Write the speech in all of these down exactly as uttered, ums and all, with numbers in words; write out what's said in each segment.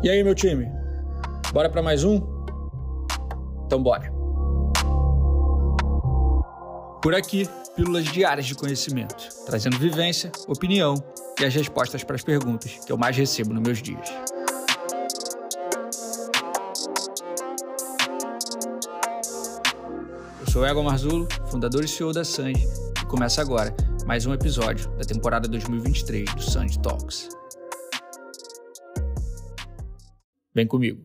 E aí, meu time? Bora para mais um? Então bora. Por aqui, pílulas diárias de conhecimento, trazendo vivência, opinião e as respostas para as perguntas que eu mais recebo nos meus dias. Eu sou Egon Marzullo, fundador e C E O da Sanji, e começa agora mais um episódio da temporada dois mil e vinte e três do Sanji Talks. Vem comigo.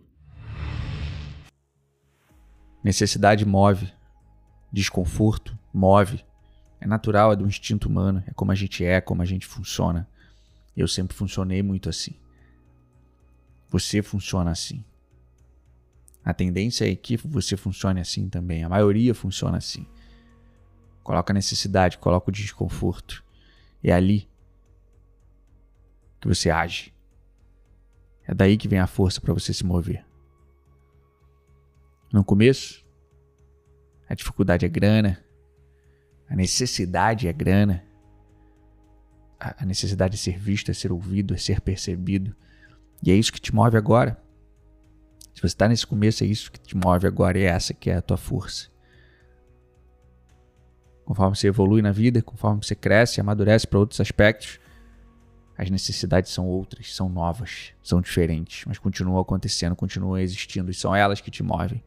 Necessidade move, desconforto move. É natural, é do instinto humano, é como a gente é, como a gente funciona. Eu sempre funcionei muito assim. Você funciona assim. A tendência é que você funcione assim também. A maioria funciona assim. Coloca a necessidade, coloca o desconforto. É ali que você age. É daí que vem a força para você se mover. No começo, a dificuldade é grana. A necessidade é grana. A necessidade é ser visto, é ser ouvido, é ser percebido. E é isso que te move agora. Se você está nesse começo, é isso que te move agora. E é essa que é a tua força. Conforme você evolui na vida, conforme você cresce e amadurece para outros aspectos, as necessidades são outras, são novas, são diferentes, mas continuam acontecendo, continuam existindo e são elas que te movem.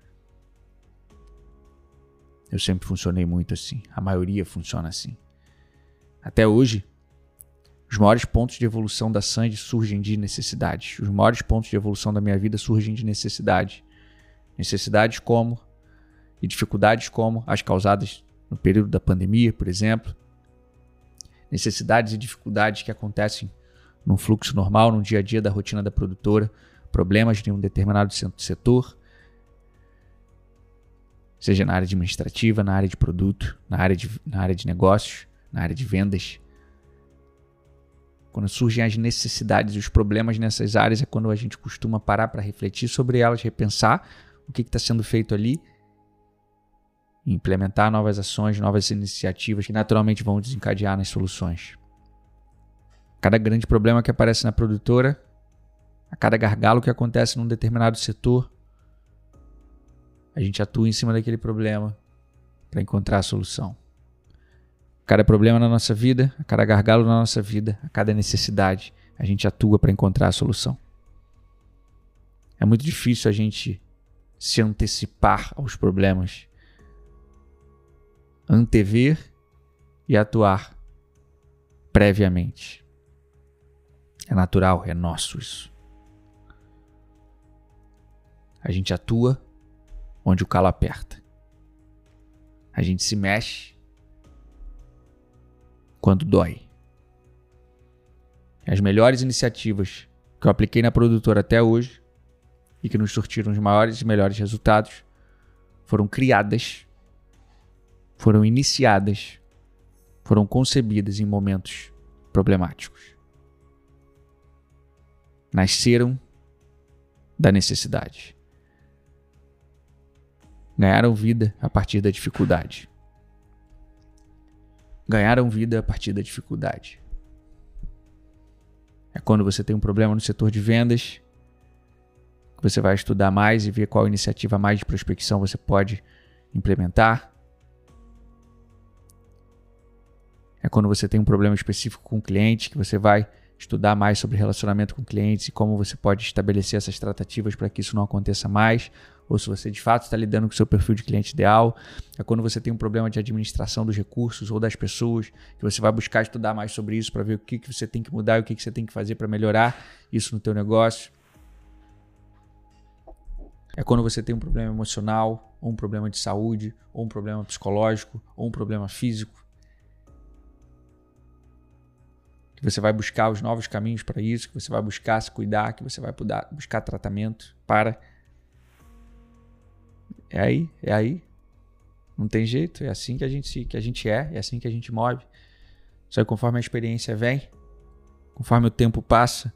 Eu sempre funcionei muito assim, a maioria funciona assim. Até hoje, os maiores pontos de evolução da Sanji surgem de necessidades. Os maiores pontos de evolução da minha vida surgem de necessidade. Necessidades como, e dificuldades como as causadas no período da pandemia, por exemplo. Necessidades e dificuldades que acontecem num fluxo normal, no dia a dia da rotina da produtora, problemas de um determinado setor, seja na área administrativa, na área de produto, na área de, na área de negócios, na área de vendas. Quando surgem as necessidades e os problemas nessas áreas é quando a gente costuma parar para refletir sobre elas, repensar o que está sendo feito ali, implementar novas ações, novas iniciativas que naturalmente vão desencadear nas soluções. Cada grande problema que aparece na produtora, a cada gargalo que acontece num determinado setor, a gente atua em cima daquele problema para encontrar a solução. Cada problema na nossa vida, a cada gargalo na nossa vida, a cada necessidade, a gente atua para encontrar a solução. É muito difícil a gente se antecipar aos problemas, antever e atuar previamente. É natural, é nosso isso. A gente atua onde o calo aperta. A gente se mexe quando dói. As melhores iniciativas que eu apliquei na produtora até hoje e que nos surtiram os maiores e melhores resultados foram criadas, foram iniciadas, foram concebidas em momentos problemáticos. Nasceram da necessidade. Ganharam vida a partir da dificuldade. Ganharam vida a partir da dificuldade. É quando você tem um problema no setor de vendas, que você vai estudar mais e ver qual iniciativa mais de prospecção você pode implementar. É quando você tem um problema específico com o cliente, que você vai estudar mais sobre relacionamento com clientes e como você pode estabelecer essas tratativas para que isso não aconteça mais, ou se você de fato está lidando com o seu perfil de cliente ideal. É quando você tem um problema de administração dos recursos ou das pessoas, que você vai buscar estudar mais sobre isso para ver o que, que você tem que mudar e o que, que você tem que fazer para melhorar isso no teu negócio. É quando você tem um problema emocional, ou um problema de saúde, ou um problema psicológico, ou um problema físico, que você vai buscar os novos caminhos para isso, que você vai buscar se cuidar, que você vai buscar tratamento para... É aí, é aí. Não tem jeito, é assim que a gente, que a gente é, é assim que a gente move. Só que conforme a experiência vem, conforme o tempo passa,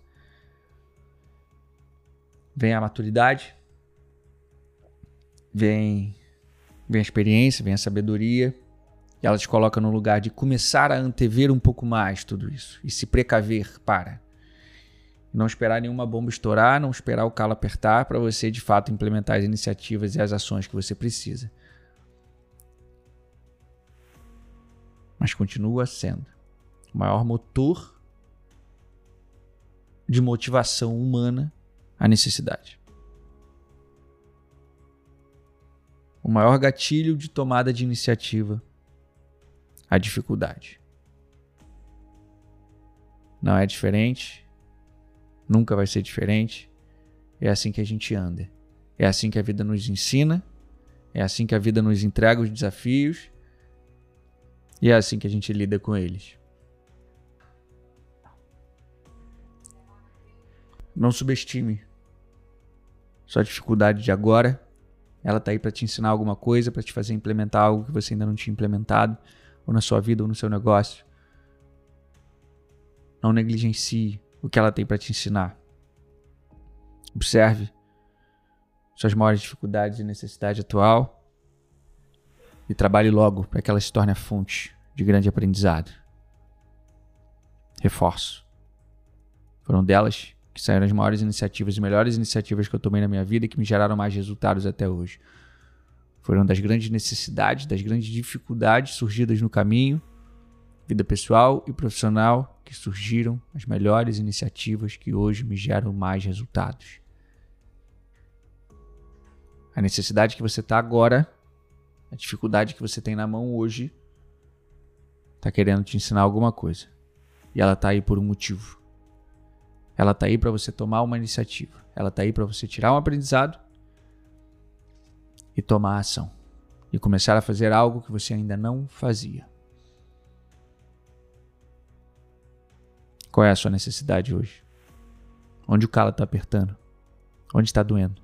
vem a maturidade, vem, vem a experiência, vem a sabedoria, e ela te coloca no lugar de começar a antever um pouco mais tudo isso e se precaver para. Não esperar nenhuma bomba estourar, não esperar o calo apertar para você de fato implementar as iniciativas e as ações que você precisa. Mas continua sendo o maior motor de motivação humana a necessidade. O maior gatilho de tomada de iniciativa, a dificuldade. Não é diferente, nunca vai ser diferente. É assim que a gente anda. É assim que a vida nos ensina, é assim que a vida nos entrega os desafios e é assim que a gente lida com eles. Não subestime sua dificuldade de agora. Ela está aí para te ensinar alguma coisa, para te fazer implementar algo que você ainda não tinha implementado, ou na sua vida, ou no seu negócio. Não negligencie o que ela tem para te ensinar. Observe suas maiores dificuldades e necessidade atual e trabalhe logo para que ela se torne a fonte de grande aprendizado. Reforço. Foram delas que saíram as maiores iniciativas e melhores iniciativas que eu tomei na minha vida e que me geraram mais resultados até hoje. Foram das grandes necessidades, das grandes dificuldades surgidas no caminho, vida pessoal e profissional, que surgiram as melhores iniciativas que hoje me geram mais resultados. A necessidade que você está agora, a dificuldade que você tem na mão hoje, está querendo te ensinar alguma coisa. E ela está aí por um motivo. Ela está aí para você tomar uma iniciativa. Ela está aí para você tirar um aprendizado e tomar ação. E começar a fazer algo que você ainda não fazia. Qual é a sua necessidade hoje? Onde o calo está apertando? Onde está doendo?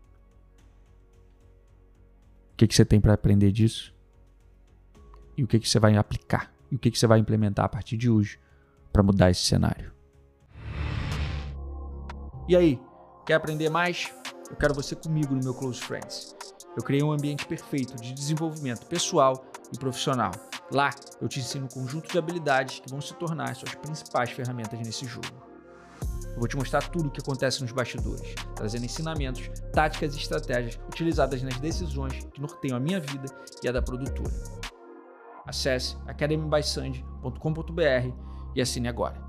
O que, que você tem para aprender disso? E o que, que você vai aplicar? E o que, que você vai implementar a partir de hoje para mudar esse cenário? E aí, quer aprender mais? Eu quero você comigo no meu Close Friends. Eu criei um ambiente perfeito de desenvolvimento pessoal e profissional. Lá, eu te ensino um conjunto de habilidades que vão se tornar as suas principais ferramentas nesse jogo. Eu vou te mostrar tudo o que acontece nos bastidores, trazendo ensinamentos, táticas e estratégias utilizadas nas decisões que norteiam a minha vida e a da produtora. Acesse academy by sandy ponto com ponto b r e assine agora.